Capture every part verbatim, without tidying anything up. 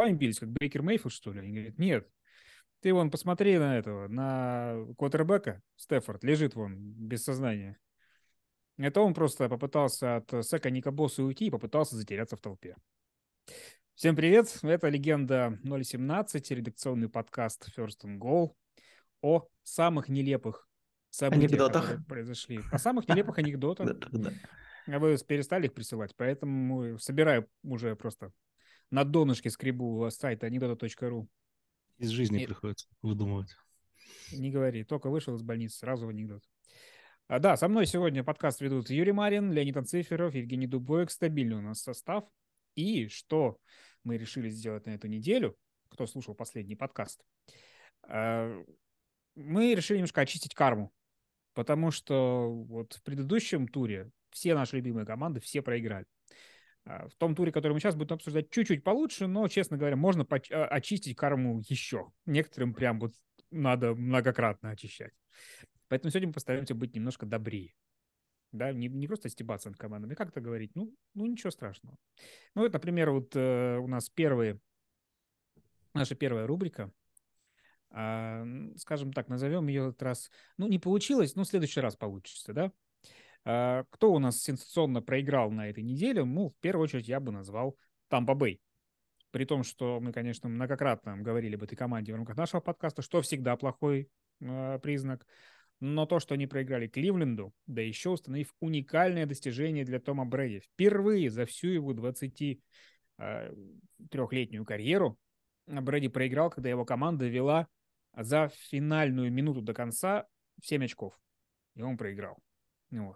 головами бились, как Бейкер Мейфилд, что ли? Они говорят, нет, ты вон посмотри на этого, на квотербека, Стефорд, лежит вон без сознания. Это он просто попытался от Сека Ника Босса уйти и попытался затеряться в толпе. Всем привет, это «Легенда ноль семнадцать», редакционный подкаст First and Goal о самых нелепых событиях, Анекдотах. которые произошли. О самых нелепых анекдотах. А вы перестали их присылать, поэтому собираю уже просто на донышке скребу сайта анекдота точка ру. Из жизни И... приходится выдумывать. Не говори, только вышел из больницы, сразу в анекдот. А, да, со мной сегодня подкаст ведут Юрий Марин, Леонид Анциферов, Евгений Дубоек. Стабильный у нас состав. И что мы решили сделать на эту неделю, кто слушал последний подкаст, мы решили немножко очистить карму. Потому что вот в предыдущем туре все наши любимые команды, все проиграли. В том туре, который мы сейчас будем обсуждать, чуть-чуть получше, но, честно говоря, можно очистить карму еще. Некоторым прям вот надо многократно очищать. Поэтому сегодня мы постараемся быть немножко добрее. Да, не, не просто стебаться над командами, как это говорить? Ну, ну ничего страшного. Ну, вот, например, вот э, у нас первые, наша первая рубрика, э, скажем так, назовем ее этот раз, ну, не получилось, но в следующий раз получится, да? Э, кто у нас сенсационно проиграл на этой неделе? Ну, в первую очередь я бы назвал Тампа Бэй. При том, что мы, конечно, многократно говорили об этой команде в рамках нашего подкаста, что всегда плохой э, признак. Но то, что они проиграли Кливленду, да еще установив уникальное достижение для Тома Брэди. Впервые за всю его двадцатитрёхлетнюю карьеру Брэди проиграл, когда его команда вела за финальную минуту до конца в семь очков. И он проиграл. Вот.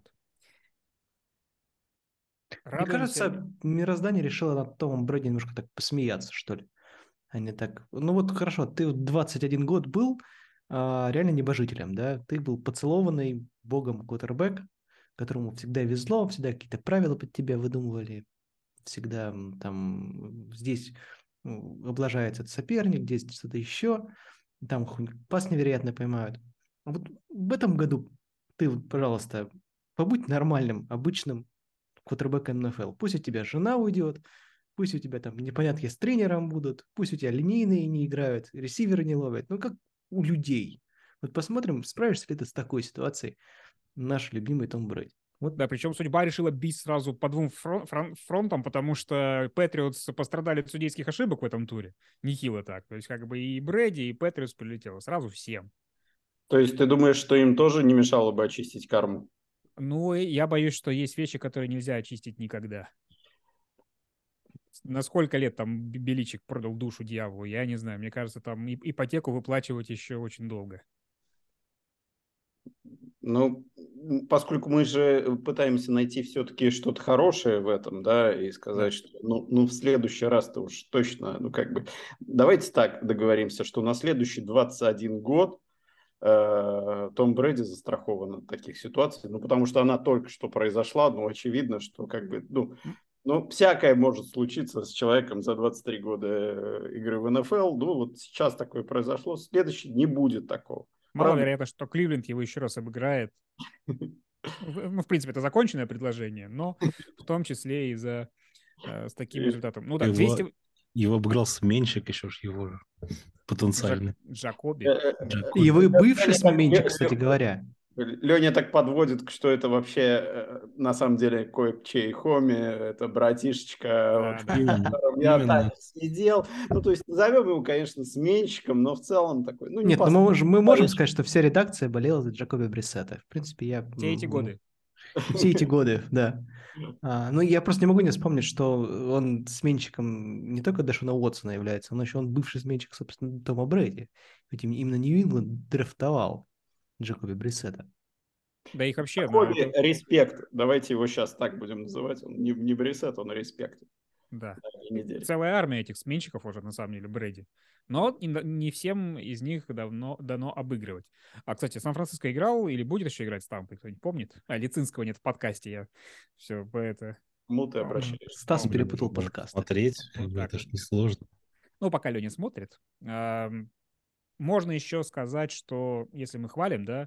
Мне кажется, мироздание решило над Томом Брэди немножко так посмеяться, что ли. Они так... Ну вот хорошо, ты двадцать один год был а, реально небожителем, да? Ты был поцелованный богом квотербек, которому всегда везло, всегда какие-то правила под тебя выдумывали, всегда там здесь облажается соперник, здесь что-то еще, там пас невероятно поймают. А вот в этом году ты, пожалуйста, побудь нормальным, обычным квотербеком эн эф эл. Пусть у тебя жена уйдет, пусть у тебя там непонятки с тренером будут, пусть у тебя линейные не играют, ресиверы не ловят. Ну, как у людей. Вот посмотрим, справишься ли ты с такой ситуацией, наш любимый Том Брэди. Вот. Да, причем судьба решила бить сразу по двум фронтам, потому что Патриотс пострадали от судейских ошибок в этом туре. Нехило так. То есть как бы и Брэди, и Патриотс прилетело. Сразу всем. То есть ты думаешь, что им тоже не мешало бы очистить карму? Ну, я боюсь, что есть вещи, которые нельзя очистить никогда. На сколько лет там Беличик продал душу дьяволу, я не знаю. Мне кажется, там ипотеку выплачивать еще очень долго. Ну, поскольку мы же пытаемся найти все-таки что-то хорошее в этом, да, и сказать, да. что ну, ну в следующий раз-то уж точно, ну как бы, давайте так договоримся, что на следующий двадцать один год э, Том Брэди застрахован от таких ситуаций, ну потому что она только что произошла, ну очевидно, что как бы, ну, ну всякое может случиться с человеком за двадцать три года игры в эн эф эл, ну вот сейчас такое произошло, следующий не будет такого. Маловероятно, что Кливленд его еще раз обыграет. Ну, в принципе, это законченное предложение, но в том числе и за э, с таким результатом. Ну да, двести... Его, его обыграл сменщик еще, его потенциальный. Джакоби. Джакоби. Его бывший сменщик, кстати говоря. Леня так подводит, что это вообще на самом деле кое-чей хоми, это братишечка, да, вот, да. Именно, я именно. так сидел. Ну, то есть назовем его, конечно, сменщиком, но в целом такой... Ну, не Нет, но мы, можем, мы можем сказать, что вся редакция болела за Джакоби Брисета. В принципе, я... Все эти годы. Все эти годы, да. А, ну, я просто не могу не вспомнить, что он сменщиком не только Дэшона Уотсона является, но еще он бывший сменщик, собственно, Тома Брэди. Ведь именно Нью-Ингланд драфтовал Джакоби Брисета. Да их вообще... Джакоби, это... респект. Давайте его сейчас так будем называть. Он не, не Брисет, он респект. Да. Целая армия этих сменщиков уже, на самом деле, Брэди. Но не, не всем из них давно дано обыгрывать. А, кстати, Сан-Франциско играл или будет еще играть с Тампой? Кто-нибудь помнит? А, Лицинского нет в подкасте. Я все по это... Ну, ты обращаешься. Стас О, перепутал подкаст. Смотреть, вот это ж несложно. Ну, пока Леня смотрит. Можно еще сказать, что если мы хвалим, да,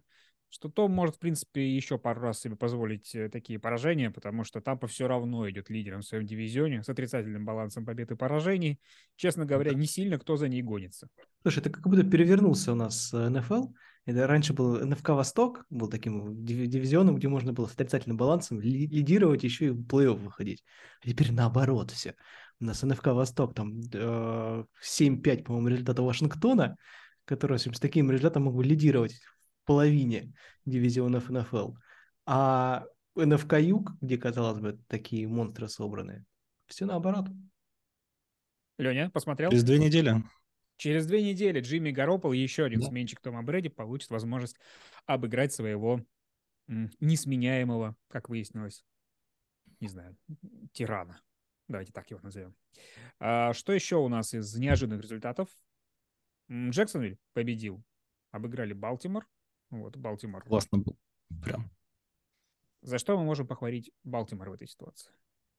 что Том может, в принципе, еще пару раз себе позволить э, такие поражения, потому что Тампа все равно идет лидером в своем дивизионе с отрицательным балансом побед и поражений. Честно говоря, не сильно кто за ней гонится. Слушай, это как будто перевернулся у нас эн эф эл. Это раньше был эн эф ка Восток, был таким див- дивизионом, где можно было с отрицательным балансом ли- лидировать, еще и в плей-офф выходить. А теперь наоборот все. У нас эн эф ка Восток, там э, семь пять, по-моему, результата Вашингтона, который в общем, с таким результатом мог бы лидировать в половине дивизионов эн эф эл. А эн эф ка Юг, где, казалось бы, такие монстры собраны, все наоборот. Леня, посмотрел? Через две недели. Через две недели Джимми Гарополо, еще один Да. сменщик Тома Брэди, получит возможность обыграть своего м, несменяемого, как выяснилось, не знаю, тирана. Давайте так его назовем. А, что еще у нас из неожиданных результатов? М, Джексонвиль победил. Обыграли Балтимор. Вот, Балтимор. Классно был. Прям. За что мы можем похвалить Балтимор в этой ситуации?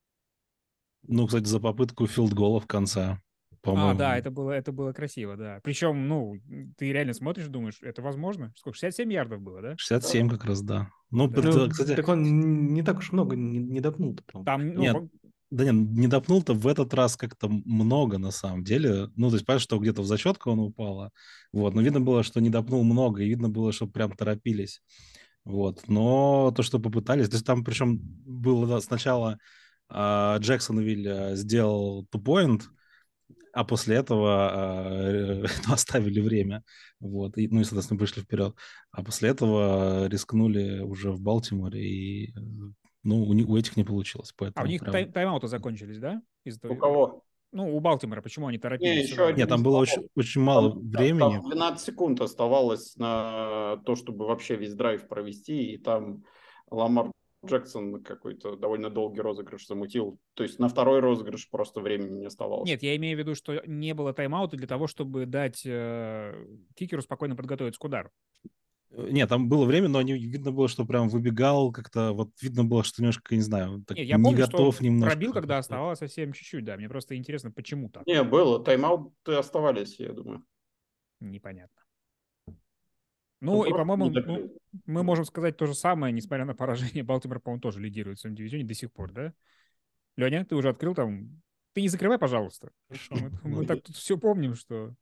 Ну, кстати, за попытку филд-гола в конце, А, по-моему. да, это было, это было красиво, да. Причем, ну, ты реально смотришь, думаешь, это возможно? Сколько? шестьдесят семь ярдов было, да? шестьдесят семь как раз, да. Ну, Да. это, Ну, кстати, так он не так уж много не, не допнул там. Там, ну, нет, по- да нет, не допнул-то в этот раз как-то много на самом деле. Ну, то есть, понятно, что где-то в зачетку он упало. Вот, но видно было, что не допнул много, и видно было, что прям торопились. Вот, но то, что попытались, то есть там причем было да, сначала а, Джексонвиль а, сделал two-point, а после этого э, ну, оставили время, вот, и, ну и, соответственно, вышли вперед. А после этого рискнули уже в Балтиморе, и, э, ну, у, них, у этих не получилось, а у поэтому них прям... тай- тайм-ауты закончились, да? Из-за У того- кого? Ну, у Балтимора, почему они Не, торопились еще сюда? Нет, один там было очень, звонок. очень мало Там, времени. там двенадцать секунд оставалось на то, чтобы вообще весь драйв провести, и там Ламар Джексон какой-то довольно долгий розыгрыш замутил. То есть на второй розыгрыш просто времени не оставалось. Нет, я имею в виду, что не было тайм-аута для того, чтобы дать э, кикеру спокойно подготовиться к удару. Нет, там было время, но не, видно было, что прям выбегал как-то, вот видно было, что немножко, не знаю, так Нет, я не помню, что он готов немножко. пробил, когда как-то. оставалось совсем чуть-чуть, да. Мне просто интересно, почему так. Не, было. Тайм-ауты оставались, я думаю. Непонятно. Ну, Ну и, просто не по-моему, ну, допил. мы можем сказать то же самое, несмотря на поражение. Балтимор, по-моему, тоже лидирует в своем дивизионе до сих пор, да? Леня, ты уже открыл там? Ты не закрывай, пожалуйста. Хорошо. Мы, мы Ну, так тут все помним, что...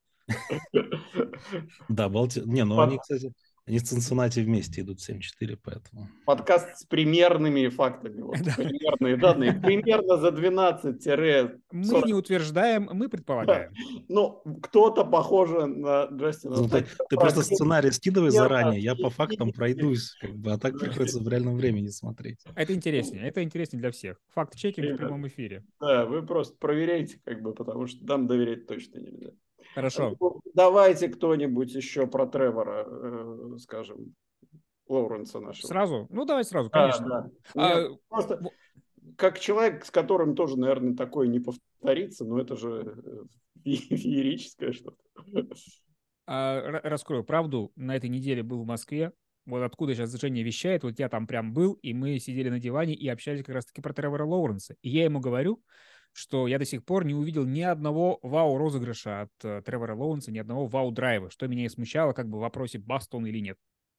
да, Балти... Не, ну они, Под- кстати, они с Цинциннати вместе идут семь четыре, поэтому... Подкаст с примерными фактами. Вот, Да. примерные данные. Примерно за двенадцать-сорок. Мы не утверждаем, мы предполагаем. Ну, кто-то похоже на Джастина Ну, ты, Фрэнка. ты просто сценарий скидывай Примерно заранее, я по фактам пройдусь, как бы, а так приходится в реальном времени смотреть. Это интереснее. Это интереснее для всех. Факт-чекинг в прямом эфире. Да, вы просто проверяйте, как бы, потому что нам доверять точно нельзя. Хорошо. Ну, давайте кто-нибудь еще про Тревора, э, скажем, Лоуренса нашего. Сразу? Ну, давай сразу, Да, конечно. да. А, Нет, просто в- как человек, с которым тоже, наверное, такое не повторится, но это же э, фе- феерическое что-то. а, ра- раскрою правду. На этой неделе был в Москве. Вот откуда сейчас Женя вещает. Вот я там прям был, и мы сидели на диване и общались как раз-таки про Тревора Лоуренса. И я ему говорю, что я до сих пор не увидел ни одного вау-розыгрыша от э, Тревора Лоуренса, ни одного вау-драйва, что меня и смущало как бы в вопросе, баст он или нет.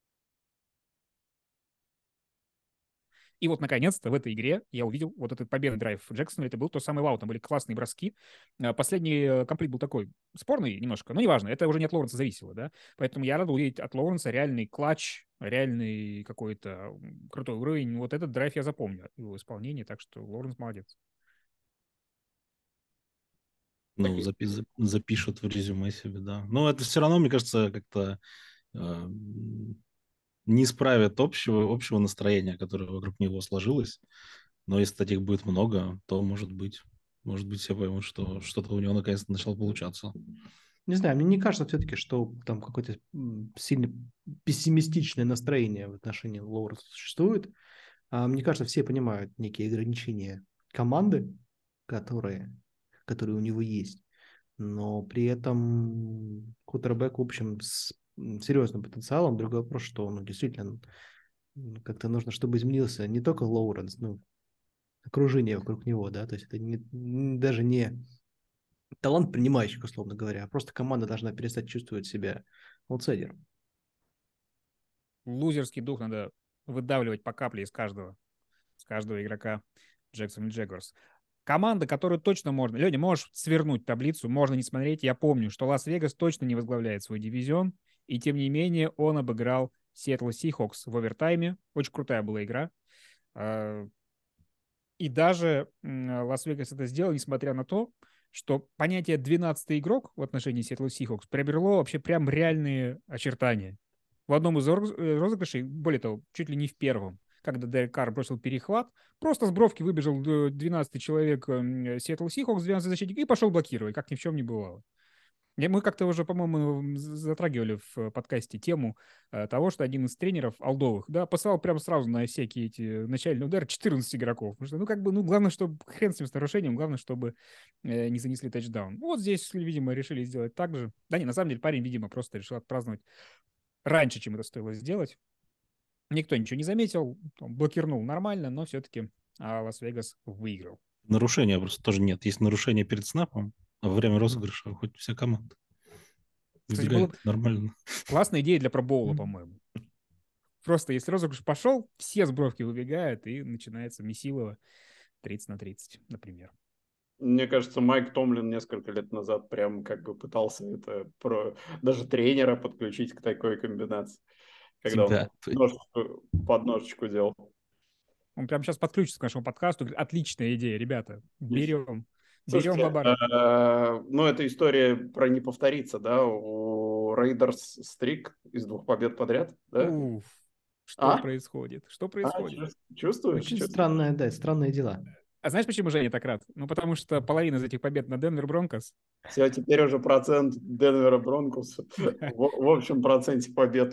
И вот, наконец-то, в этой игре я увидел вот этот победный драйв Джексона. Это был тот самый вау, там были классные броски. А, Последний э, комплит был такой спорный немножко, но неважно, это уже не от Лоуренса зависело, да. Поэтому я рад увидеть от Лоуренса реальный клатч, реальный какой-то м, крутой уровень. Вот этот драйв я запомню, его исполнение, так что Лоуренс молодец. Ну, Такие. запи- за- запишут в резюме себе, да. Но это все равно, мне кажется, как-то э, не исправит общего, общего настроения, которое вокруг него сложилось. Но если таких будет много, то, может быть, может быть, все поймут, что что-то у него наконец-то начало получаться. Не знаю, мне не кажется все-таки, что там какое-то м, сильно пессимистичное настроение в отношении Лоуренса существует. А мне кажется, все понимают некие ограничения команды, которые, которые у него есть. Но при этом квотербек, в общем, с м, серьезным потенциалом. Другой вопрос, что ну, действительно м, как-то нужно, чтобы изменился не только Лоуренс, но окружение вокруг него, да, то есть это не, н- даже не талант принимающих, условно говоря, а просто команда должна перестать чувствовать себя аутсайдером. лузерский дух надо выдавливать по капле из каждого, с каждого игрока Jacksonville Jaguars. Команда, которую точно можно... Леня, можешь свернуть таблицу, можно не смотреть. Я помню, что Лас-Вегас точно не возглавляет свой дивизион, и тем не менее он обыграл Seattle Seahawks в овертайме. Очень крутая была игра. И даже Лас-Вегас это сделал, несмотря на то, что понятие двенадцатый игрок в отношении Seattle Seahawks приобрело вообще прям реальные очертания. В одном из розыгрышей, более того, чуть ли не в первом, когда Дерек Карр бросил перехват, просто с бровки выбежал двенадцатый человек Seattle Seahawks, двенадцатый защитник, и пошел блокировать, как ни в чем не бывало. Мы как-то уже, по-моему, затрагивали в подкасте тему того, что один из тренеров олдовых, да, посылал прямо сразу на всякие эти начальные удары четырнадцать игроков. Потому что, ну, как бы, ну, главное, чтобы хрен с ним с нарушением, главное, чтобы э, не занесли тачдаун. Вот здесь, видимо, решили сделать так же. Да не, на самом деле, парень, видимо, просто решил отпраздновать раньше, чем это стоило сделать. Никто ничего не заметил, он блокирнул нормально, но все-таки а, Лас-Вегас выиграл. Нарушения просто тоже нет. Есть нарушение перед снапом, а во время розыгрыша хоть вся команда. Кстати, было нормально. Классная идея для пробоула, по-моему. Просто если розыгрыш пошел, все с бровки выбегают, и начинается месилово тридцать на тридцать, например. Мне кажется, Майк Томлин несколько лет назад прям как бы пытался это про даже тренера подключить к такой комбинации, когда Да. он ножку, подножечку делал. Он прямо сейчас подключится к нашему подкасту. Отличная идея, ребята. Берем. Слушайте, Берем бабар. Э, ну, эта история про не повториться, да, у Рейдерс стрик из двух побед подряд, да? Уф, что а? происходит? Что происходит? А, чувствуешь? Очень чувствуешь? странное, да, странные дела. А знаешь, почему Женя так рад? Ну, потому что половина из этих побед на Денвер Бронкос. Все, теперь уже процент Денвера Бронкос в, в общем проценте побед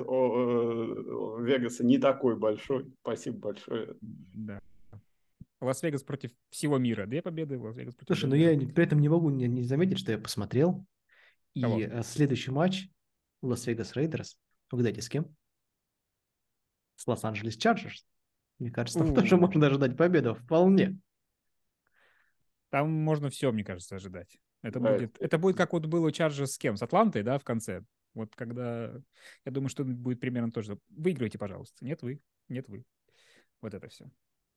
у Вегаса не такой большой. Спасибо большое. Да. Лас-Вегас против всего мира. Две победы, Лас-Вегас против Слушай, ну Денвера. я при этом не могу не, не заметить, что я посмотрел. И Кого? э, следующий матч Лас-Вегас Рейдерс. Угадайте, с кем? С Лос-Анджелес Чарджерс. Мне кажется, там У. тоже можно ожидать победу. Вполне. Там можно все, мне кажется, ожидать. Это, Да, будет, это будет как вот было у Чарджерс с кем? С Атлантой, да, в конце? Вот когда... Я думаю, что будет примерно то же. Выигрывайте, пожалуйста. Нет, вы. Нет, вы. Вот это все.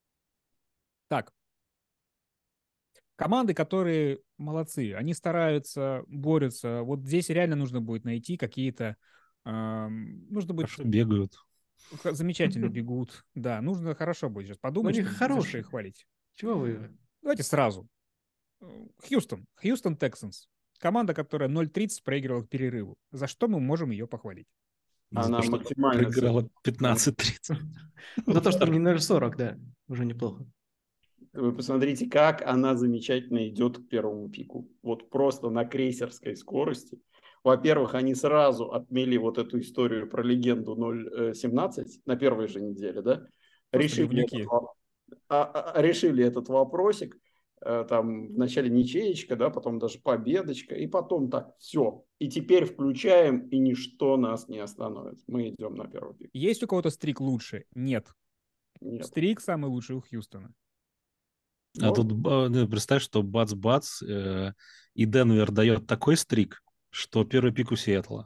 Так. Команды, которые молодцы, они стараются, борются. Вот здесь реально нужно будет найти какие-то... эм, нужно будет... Хорошо бегают. х- Замечательно бегут. Да, нужно хорошо будет сейчас подумать, они что, за что хорошие. их хвалить. Чего вы? Давайте сразу. Э, Хьюстон. Хьюстон Texans. Команда, которая ноль тридцать проигрывала к перерыву. За что мы можем ее похвалить? За Она то, что максимально проиграла пятнадцать тридцать. За то, что не ноль сорок, да. Уже неплохо. Вы посмотрите, как она замечательно идет к первому пику. Вот просто на крейсерской скорости. Во-первых, они сразу отмели вот эту историю про легенду ноль семнадцать на первой же неделе, да? Просто Решили говнюки. этот, во- а- а- решили этот вопросик. Э, Там вначале ничеечка, да, потом даже победочка, и потом так, все. И теперь включаем, и ничто нас не остановит. Мы идем на первый пик. Есть у кого-то стрик лучше? Нет. Нет. Стрик самый лучший у Хьюстона. А Вот. тут э, ну, представь, что бац-бац, э, и Денвер дает такой стрик, что первый пик у Сиэтла.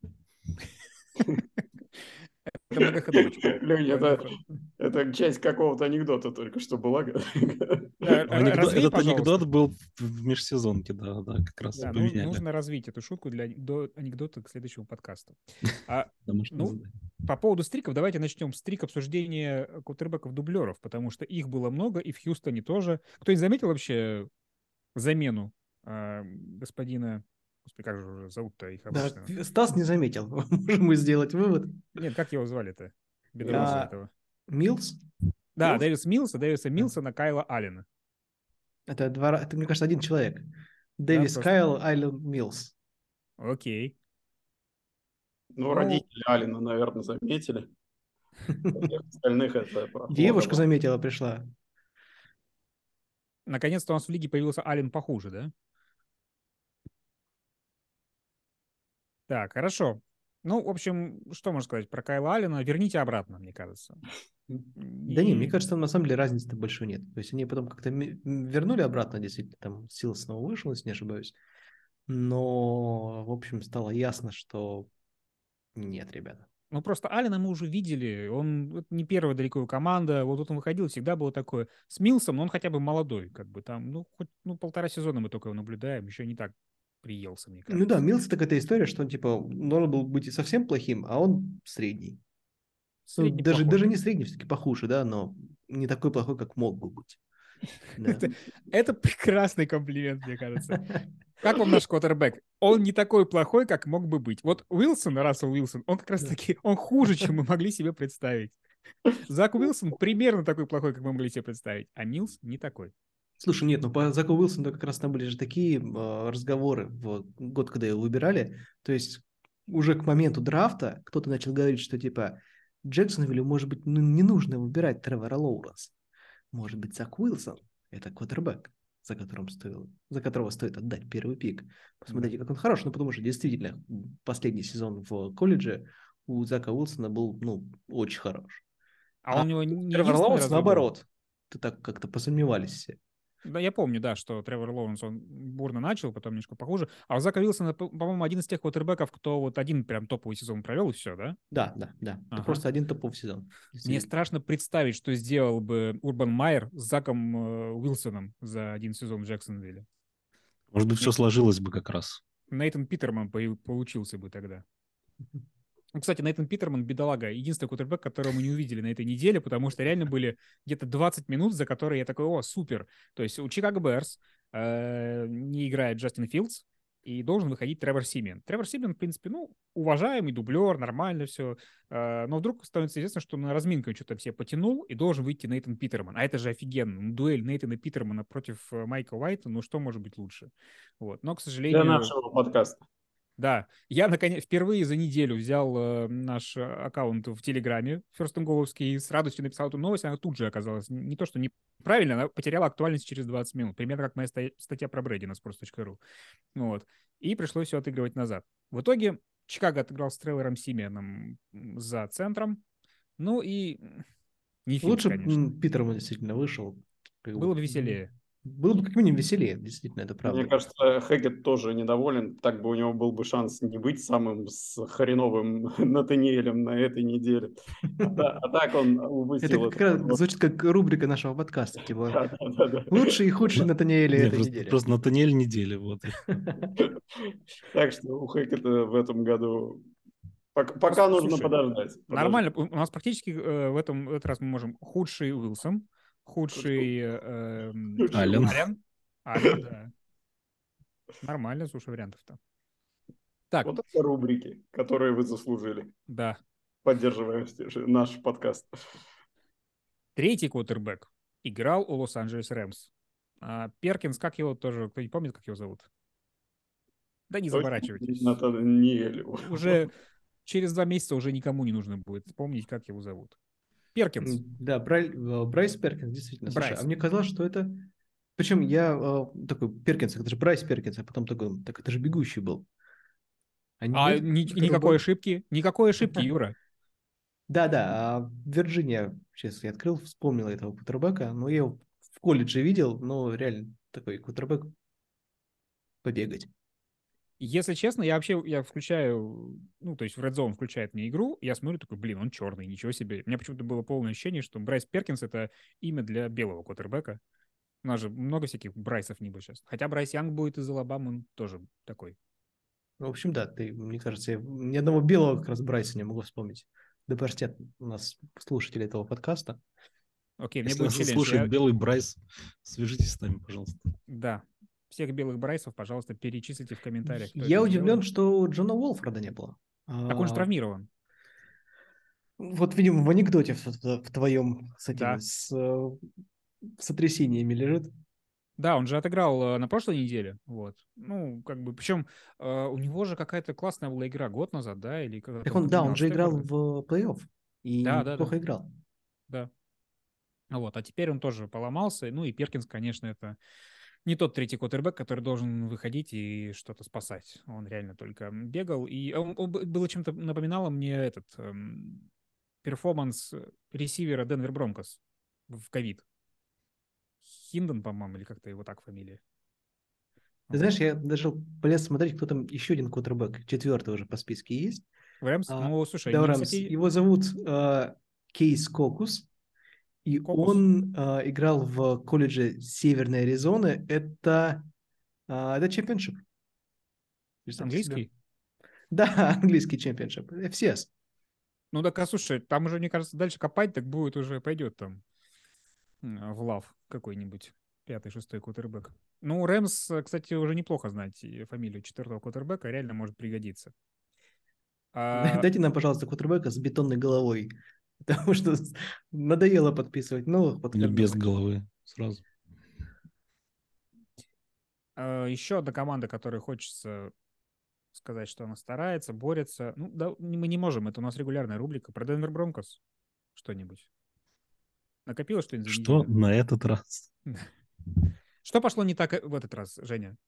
Это многоходовочка. Леня, это, Многоход- это часть какого-то анекдота только что была. Да, Ну, р- анекдот- развей, этот пожалуйста. анекдот был в в межсезонке, да, да, как раз Да, ну, поменяли. нужно развить эту шутку для до анекдота к следующему подкасту. А, Домашнее ну, задание. по поводу стриков, давайте начнем стрик обсуждения квотербеков-дублеров, потому что их было много, и в Хьюстоне тоже. Кто-нибудь заметил вообще замену а, господина... Господи, как же уже зовут-то их Да, обычно? Стас не заметил. Можем мы сделать вывод. Нет, как его звали-то? Бедроса А, этого. Милс. Да, Милс? Дэвис Милса, Дэвиса Милса на Кайла Аллена. Это, два, ра- это, мне кажется, один человек. Дэвис просто. Кайл Айлен Милс. Окей. Ну, Ну, родители Алина, наверное, заметили. Всех остальных это прошло. Девушка довольно. заметила, пришла. наконец-то у нас в лиге появился Аллен похуже, да? Так, хорошо. Ну, в общем, что можно сказать про Кайла Аллена? Верните обратно, мне кажется. Да не, мне И- кажется, там на самом деле разницы-то большой нет. То есть они потом как-то ми- м, вернули обратно, действительно, там Сил снова вышел, если не ошибаюсь. Но, в общем, стало ясно, что нет, ребята. Ну, просто Аллена мы уже видели, он не первая далеко команда, вот тут он выходил, всегда было такое. С Милсом, но он хотя бы молодой, как бы там, ну, хоть ну, полтора сезона мы только его наблюдаем, еще не так приелся, мне Ну да, кажется. Милс так это история, что он типа должен был быть и совсем плохим, а он средний. Ну, Средний даже, плохой. даже не средний, все-таки похуже, да, но не такой плохой, как мог бы быть. Да. Это, это прекрасный комплимент, мне кажется. Как вам наш квотербек? Он не такой плохой, как мог бы быть. Вот Уилсон, Рассел Уилсон, он как раз-таки, он хуже, чем мы могли себе представить. Зак Уилсон примерно такой плохой, как мы могли себе представить, а Милс не такой. Слушай, нет, ну по Заку Уилсону как раз там были же такие э, разговоры в год, когда его выбирали. То есть уже к моменту драфта кто-то начал говорить, что типа Джексонвиллю, может быть, ну, не нужно выбирать Тревора Лоуренса. Может быть, Зак Уилсон – это квотербек, за, которым стоило, за которого стоит отдать первый пик. Посмотрите, Да. как он хорош. Ну, потому что действительно последний сезон в колледже у Зака Уилсона был, ну, очень хорош. А А он у него не Тревор единственный Лоуренс разве был? наоборот. Ты так как-то посомневались все. Да, я помню, да, что Тревор Лоуренс, он бурно начал, потом немножко похуже. А у Зака Вилсона, по- по-моему, один из тех квотербеков, кто вот один прям топовый сезон провел, и все, да? Да, да, да. Это Ага. просто один топовый сезон. Мне страшно представить, что сделал бы Урбан Майер с Заком э, Уилсоном за один сезон в Джексонвилле. Может быть, все Мне сложилось бы как раз. Нейтан Питерман по- получился бы тогда. Ну, кстати, Нейтан Питерман, бедолага, единственный квотербек, которого мы не увидели на этой неделе, потому что реально были где-то двадцать минут, за которые я такой, о, супер. То есть у Чикаго Берс э, не играет Джастин Филдс, и должен выходить Тревор Симен. Тревор Симен, в принципе, ну, уважаемый дублер, нормально все. Э, но вдруг становится известно, что на разминку он что-то все потянул, и должен выйти Нейтан Питерман. А это же офигенно. Ну, дуэль Нейтана Питермана против э, Майка Уайта, ну, что может быть лучше? Вот. Но, к Для сожалению... нашего подкаста. Да, я наконец впервые за неделю взял э, наш э, аккаунт в Телеграме, Ферстенголовский, и с радостью написал эту новость. Она тут же оказалась не, не то, что неправильно, она потеряла актуальность через двадцать минут. Примерно как моя ста- статья про Брэди на sports точка ру. Вот. И пришлось все отыгрывать назад. В итоге Чикаго отыграл с Тревором Сименом за центром. Ну и не Филдс, Лучше конечно. м, Питерман действительно вышел. Как бы, Было бы м, веселее. Было бы как минимум веселее, действительно, это Мне правда. кажется, Хэггет тоже недоволен. Так бы у него был бы шанс не быть самым с хреновым Натаниэлем на этой неделе. А, та- а так он Это выпустил как это. раз Вот. звучит как рубрика нашего подкаста, типа Да, да, да, да. лучший и худший На- Натаниэли Не, этой просто, недели. просто Натаниэль недели, вот. Так что у Хэкета в этом году пока, пока Ну, нужно слушай, подождать. подождать. нормально. У у нас практически э, в этом в этот раз мы можем худший Уилсон, худший э, эм, Лучший Ален. выпуск. Ален. Ален, да. Нормально, слушай, вариантов-то. Так, Вот это рубрики, которые вы заслужили, да. поддерживая наш подкаст. Третий квотербек играл у Лос-Анджелес Рэмс. А Перкинс, как его тоже, кто не помнит, как его зовут? Да не Точно заморачивайтесь. Натаниэль. Уже через два месяца уже никому не нужно будет вспомнить, как его зовут. Перкинс. М, Да, Брай- э, Брайс Перкинс, действительно. Слушай, а Брайс. мне казалось, что это... Причем я э, такой, Перкинс, это же Брайс Перкинс, а потом такой, так это же бегущий был. А А нет, ни- это никакой другой. ошибки, никакой ошибки, Юра. Да-да, а Вирджиния, сейчас я открыл, вспомнил этого квотербека, но я его в колледже видел, но реально такой квотербек побегать. Если честно, я вообще я включаю, ну, то есть в Red Zone включает мне игру, я смотрю, такой, блин, он черный, ничего себе. У меня почему-то было полное ощущение, что Брайс Перкинс — это имя для белого квотербека. У нас же много всяких Брайсов не было сейчас. Хотя Брайс Янг будет из Алабамы, он тоже такой. Ну, в общем, да, ты, мне кажется, я ни одного белого как раз Брайса не могу вспомнить. Да простят у нас слушатели этого подкаста. Окей, мне Если будет нас челлендж. слушает Я, Белый Брайс, свяжитесь с нами, пожалуйста. да, всех белых Брайсов, пожалуйста, перечислите в комментариях, кто Я это удивлен, сделает. что Джона Уолфорда не было. Так он же А, травмирован. вот, видимо, в анекдоте в, в- в твоем с этими, Да. с э, сотрясениями лежит. Да, он же отыграл э, на прошлой неделе, вот. Ну, как бы, причем э, у него же какая-то классная была игра год назад, да, или когда Так он он, да, он подменял же играл Стефорда. в плей-офф и Да, да, да, неплохо играл. да. Вот, а теперь он тоже поломался. Ну и Перкинс, конечно, это не тот третий квотербек, который должен выходить и что-то спасать. Он реально только бегал. И он, он б- было чем-то напоминало мне этот эм, перформанс ресивера Денвер Бронкос в ковид. Хинден, по-моему, или как-то его так фамилия. Ты Вот. знаешь, я даже полез смотреть, кто там еще один квотербек, четвертый уже по списке есть. Рэмс? А, Ну, слушай, да, они, Рэмс. кстати, Его зовут э, Кейс Кокус, и Кокус. он э, играл в колледже Северной Аризоны. Это, э, это чемпионшип. Представьте себе. Английский? Да, английский чемпионшип. эф си эс. Ну, так, а слушай, там уже, мне кажется, дальше копать, так будет уже, пойдет там м, в лав какой-нибудь пятый, шестой квотербек. Ну, Рэмс, э, кстати, уже неплохо знать и фамилию четвертого квотербека, реально может пригодиться. А, Дайте нам, пожалуйста, квотербека с бетонной головой. Потому что надоело подписывать новых под Или без корневой. головы сразу. а, еще одна команда, которой хочется сказать, что она старается, борется. Ну, да, мы не можем, это у нас регулярная рубрика. Про Денвер Бронкос что-нибудь. Накопилось что-нибудь за Что неделю? на этот раз? Что пошло не так в этот раз, Женя?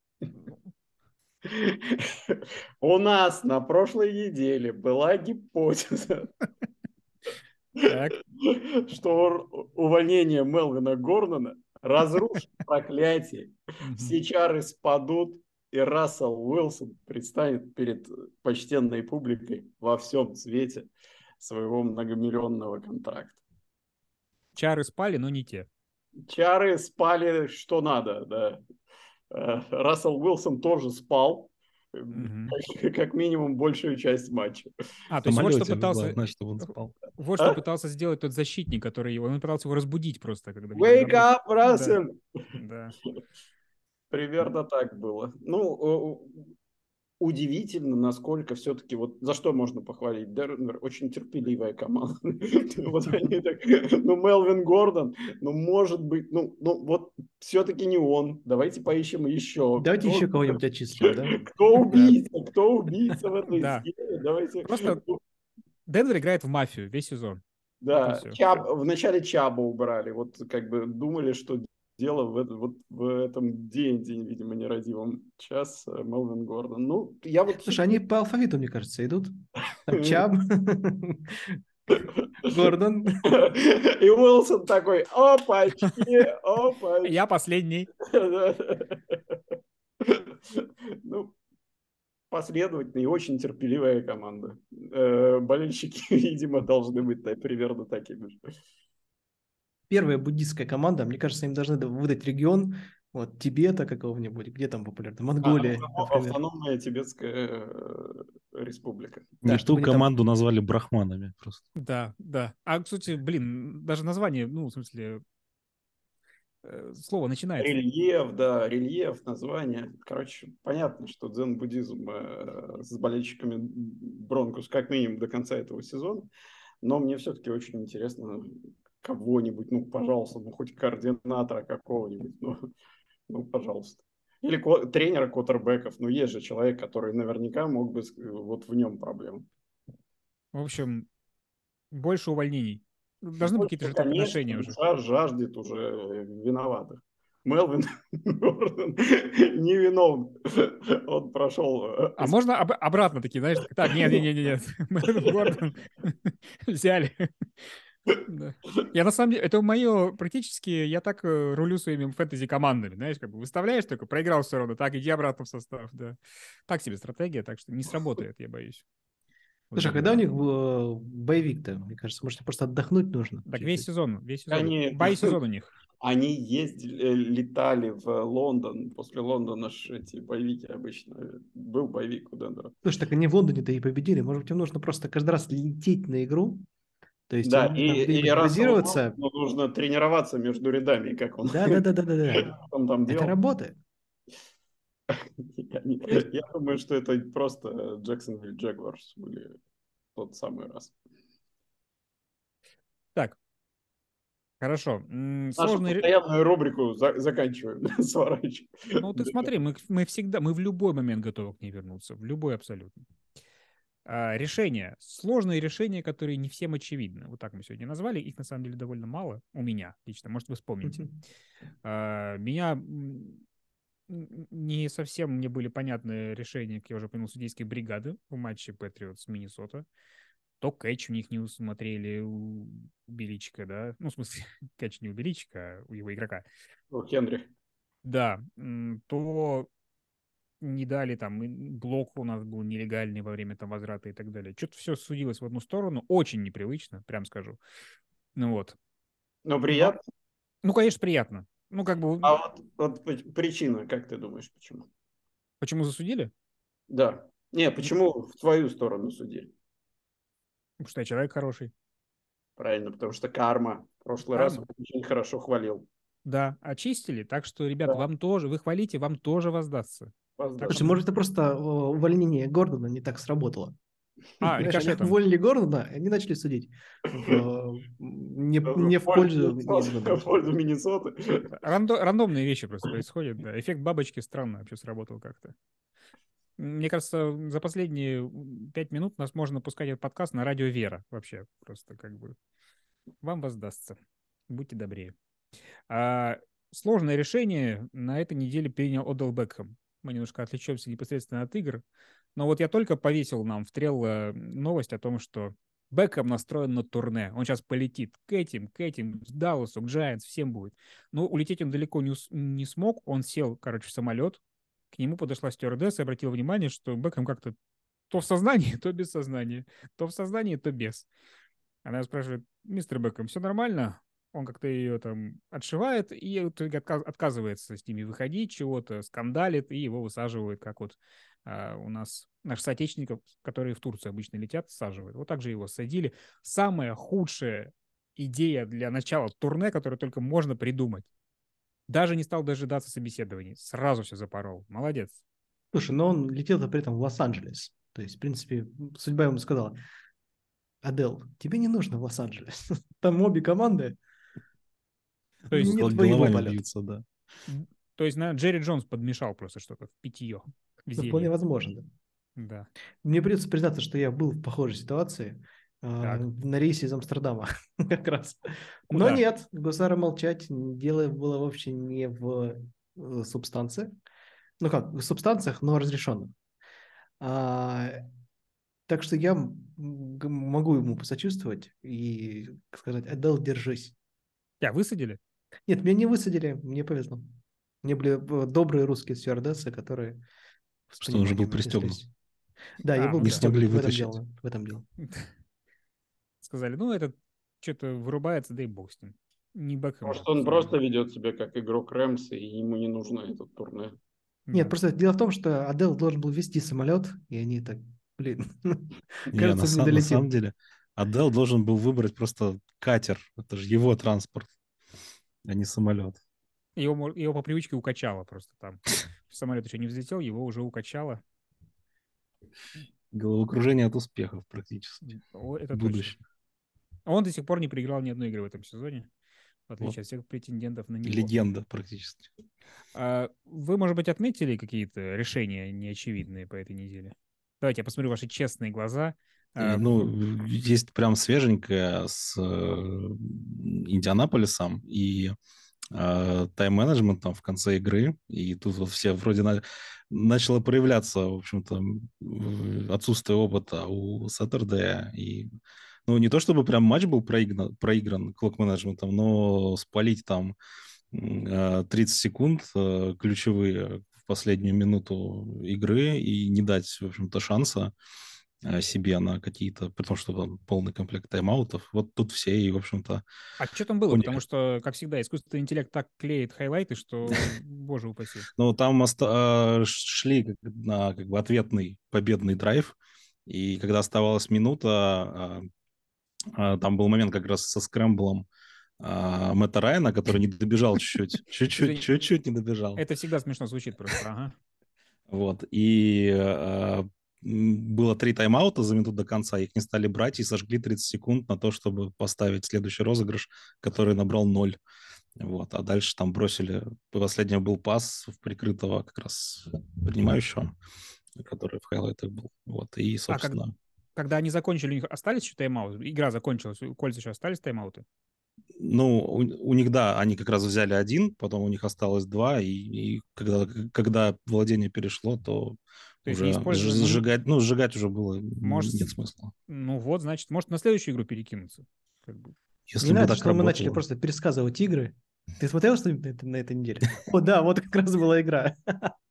У нас на прошлой неделе была гипотеза, Так. что увольнение Мелвина Гордона разрушит проклятие. Мгм. Все чары спадут, и Рассел Уилсон предстанет перед почтенной публикой во всем свете своего многомиллионного контракта. Чары спали, но не те. Чары спали что надо, да. Э, Рассел Уилсон тоже спал, э, Мгм. как, как минимум большую часть матча. А, В то есть вот что самолете пытался, главное, чтобы он спал. вот что А? пытался сделать тот защитник, который его, он пытался его разбудить просто, когда видел Wake наброс. up, Да, Рассел! да. Примерно так было. Ну, э, удивительно, насколько все-таки, вот за что можно похвалить Денвер, очень терпеливая команда. Вот они так, ну, Мелвин Гордон, ну, может быть, ну, ну вот все-таки не он. Давайте поищем еще. Давайте Кто, еще кого-нибудь отчислим, да? кто Да, убийца, кто убийца в этой да. схеме? Давайте. Просто Денвер играет в мафию весь сезон. Вот и Да, все. Чаб, вначале Чаба убрали, вот как бы думали, что дело в, это, вот в этом деньде, видимо, нерадивом. Сейчас э, Мелвин Гордон. Ну, я вот Слушай, они по алфавиту, мне кажется, идут. Там Чаб, Гордон. И Уилсон такой, опачки, опачки. Я последний. Ну, последовательная и очень терпеливая команда. Э, Болельщики, видимо, должны быть да, примерно такими же. Первая буддистская команда, мне кажется, им должны выдать регион, вот, Тибета какого-нибудь, где там популярно, А, Монголия, например. Автономная Тибетская э, республика. Да, Не чтобы ту они там... команду назвали брахманами просто. Да, да. А, кстати, блин, даже название, ну, в смысле, э, слово начинается. Рельеф, да, рельеф, название. Короче, понятно, что дзен-буддизм э, с болельщиками Бронкос как минимум до конца этого сезона. Но мне все-таки очень интересно кого-нибудь, ну, пожалуйста, ну, хоть координатора какого-нибудь, ну, ну пожалуйста. Или ко- тренера квотербеков. Ну, есть же человек, который наверняка мог бы, с- вот в нем проблема. В общем, больше увольнений. Должны быть Больше, какие-то конечно, жертвоприношения уже. душа жаждет уже э, виноватых. Мелвин Гордон невиновен. Он прошел... э, А можно об- обратно такие, знаешь, так, нет, нет, нет, нет, Мэлвин Гордон взяли. Да. Я на самом деле, это мое практически, я так э, рулю своими фэнтези-командами, знаешь, как бы выставляешь только, проиграл все равно, так, иди обратно в состав, да. Так себе стратегия, так что не сработает, я боюсь. в Слушай, а когда у Денвере. них э, боевик-то? Мне кажется, может, просто отдохнуть нужно. Так весь чуть-чуть. сезон, весь сезон. Они, Бай-сезон у них. они ездили, э, летали в Лондон. После Лондона ж эти боевики обычно. Был боевик у Денвера. Слушай, так они в Лондоне-то и победили. Может быть, им нужно просто каждый раз лететь на игру? То есть Да, им и, нужно и где-нибудь Расселу базироваться? Уилсону нужно тренироваться между рядами, как он, Да-да-да-да-да. он там Это делал. работает. Я, не- я думаю, что это просто Джексонвилл Джегуарс были в тот самый раз. Так, хорошо. М, Нашу Сложный... ре- постоянную рубрику за- заканчиваем, сворачиваем. Ну, ты смотри, мы, мы всегда, мы в любой момент готовы к ней вернуться. В любой абсолютно. А, решения. Сложные решения, которые не всем очевидны. Вот так мы сегодня назвали. Их на самом деле довольно мало. У меня лично. Может, вы вспомните. А, Меня м, н- не совсем мне были понятны решения, как я уже упомянул, судейской бригады в матче Патриот с Миннесота. То кэч у них не усмотрели у Беличика, да? Ну, в смысле, кэч не у Беличика, а у его игрока. Ну, Хенри. Да, м, то не дали, там, и блок у нас был нелегальный во время там возврата и так далее. Что-то все судилось в одну сторону, очень непривычно, прям скажу. Ну вот. Но Но, приятно. ну, конечно, приятно. Ну, как бы, А вот, вот п- причина, как ты думаешь, почему? почему засудили? Да. Не, почему в твою сторону судили? Потому что я человек хороший. Правильно, потому что карма. В прошлый раз Карма. он очень хорошо хвалил. Да, очистили. Так что, ребят, Да. вам тоже, вы хвалите, вам тоже воздастся. Воздастся. Так Слушай, что... может, это просто э, увольнение Гордона не так сработало. А, Знаешь, они рикошетом. уволили Гордона, и они начали судить в, не, не в пользу Миннесоты. В пользу Миннесоты. Рандо- рандомные вещи просто происходят. Да. Эффект бабочки странно вообще сработал как-то. Мне кажется, за последние пять минут нас можно пускать этот подкаст на радио Вера. Вообще, просто как бы вам воздастся. Будьте добрее. А, сложное решение на этой неделе принял Одел Бекхэм. Мы немножко отвлечемся непосредственно от игр. Но вот я только повесил нам в трел новость о том, что Бекхэм настроен на турне. Он сейчас полетит к этим, к этим, к Далласу, к Giants, всем будет. Но улететь он далеко не, не смог. Он сел, короче, в самолет. К нему подошла стюардесса и обратила внимание, что Бекхэм как-то то в сознании, то без сознания. То в сознании, то без. Она спрашивает: мистер Бекхэм, все нормально? Он как-то ее там отшивает и в итоге отка- отказывается с ними выходить, чего-то скандалит, и его высаживают, как вот а, у нас наших соотечественников, которые в Турцию обычно летят, саживают. Вот так же его садили. Самая худшая идея для начала турне, которую только можно придумать. Даже не стал дожидаться собеседований. Сразу все запорол. Молодец. Слушай, но он летел-то при этом в Лос-Анджелес. То есть, в принципе, судьба ему сказала: Адел, тебе не нужно в Лос-Анджелес. Там обе команды, То есть, не твоего Головами полета. бьются, да. то есть, наверное, Джерри Джонс подмешал просто что-то в питье, в Ну, вполне зелье. возможно, да. Да. Мне придется признаться, что я был в похожей ситуации э, Так. на рейсе из Амстердама как раз. Но Куда? нет, гусара молчать. Дело было вообще не в э, субстанциях. Ну как, в субстанциях, но разрешенных. А, так что я м- г- могу ему посочувствовать и сказать: Адел, держись. Тебя высадили? Нет, меня не высадили, мне повезло. Мне были э, добрые русские стюардессы, которые с Что он уже был пониманием пристегнут. отнеслись. Да, я А, был ну Не да. смогли пристегнут, в этом вытащить. дело. В этом дело. Сказали, ну, этот что-то вырубается, да и бог с ним. Не Бекхэм же. Может, он всё просто равно. ведет себя как игрок Рэмс, и ему не нужно этот турне. Нет, Да. просто дело в том, что Адел должен был вести самолет, и они так, блин, Не, на, кажется, не са- на самом долетим. деле, Адел должен был выбрать просто катер. Это же его транспорт, а не самолет. Его, мо- его по привычке укачало просто там. Самолет еще не взлетел, его уже укачало. Головокружение от успехов практически. О, это точно. Будущее. А он до сих пор не проиграл ни одной игры в этом сезоне, в Вот. отличие от всех претендентов на него. Легенда практически. А вы, может быть, отметили какие-то решения неочевидные по этой неделе? Давайте я посмотрю ваши честные глаза. И, А, ну, в- есть прям свеженькое с э, Индианаполисом и э, тайм-менеджментом в конце игры. И тут вот все вроде на- начало проявляться, в общем-то, в- отсутствие опыта у Саттердея. И, ну, не то чтобы прям матч был проигран, проигран клок-менеджментом, но спалить там э, тридцать секунд э, ключевые в последнюю минуту игры и не дать, в общем-то, шанса э, себе на какие-то, при том, что там полный комплект тайм-аутов. Вот тут все и, в общем-то, А что там было? поняли. Потому что, как всегда, искусственный интеллект так клеит хайлайты, что, боже упаси. Ну, там оста- э, шли как- на как бы ответный победный драйв, и когда оставалась минута, э, э, там был момент как раз со скрэмблом э, Мэтта Райана, который не добежал чуть-чуть, чуть-чуть, Извини, чуть-чуть не добежал. это всегда смешно звучит просто, ага. Вот, и э, м, было три тайм-аута за минуту до конца, их не стали брать и сожгли тридцать секунд на то, чтобы поставить следующий розыгрыш, который набрал ноль. Вот, а дальше там бросили, последний был пас в прикрытого как раз принимающего, который в хайлайтах был. Вот, и, А как, собственно, когда они закончили, у них остались еще тайм-ауты? Игра закончилась, у Кольца еще остались тайм-ауты? ну, у, у них, да, они как раз взяли один, потом у них осталось два, и, и когда, когда владение перешло, то То есть не уже использовали, сж- ну, сжигать, ну, сжигать уже было может, нет смысла. ну вот, значит, может на следующую игру перекинуться. Как бы. Мне Если бы нравится, так что мы начали работало. просто пересказывать игры. Ты смотрел что-нибудь на, это- на этой неделе? О, да, вот как раз была игра.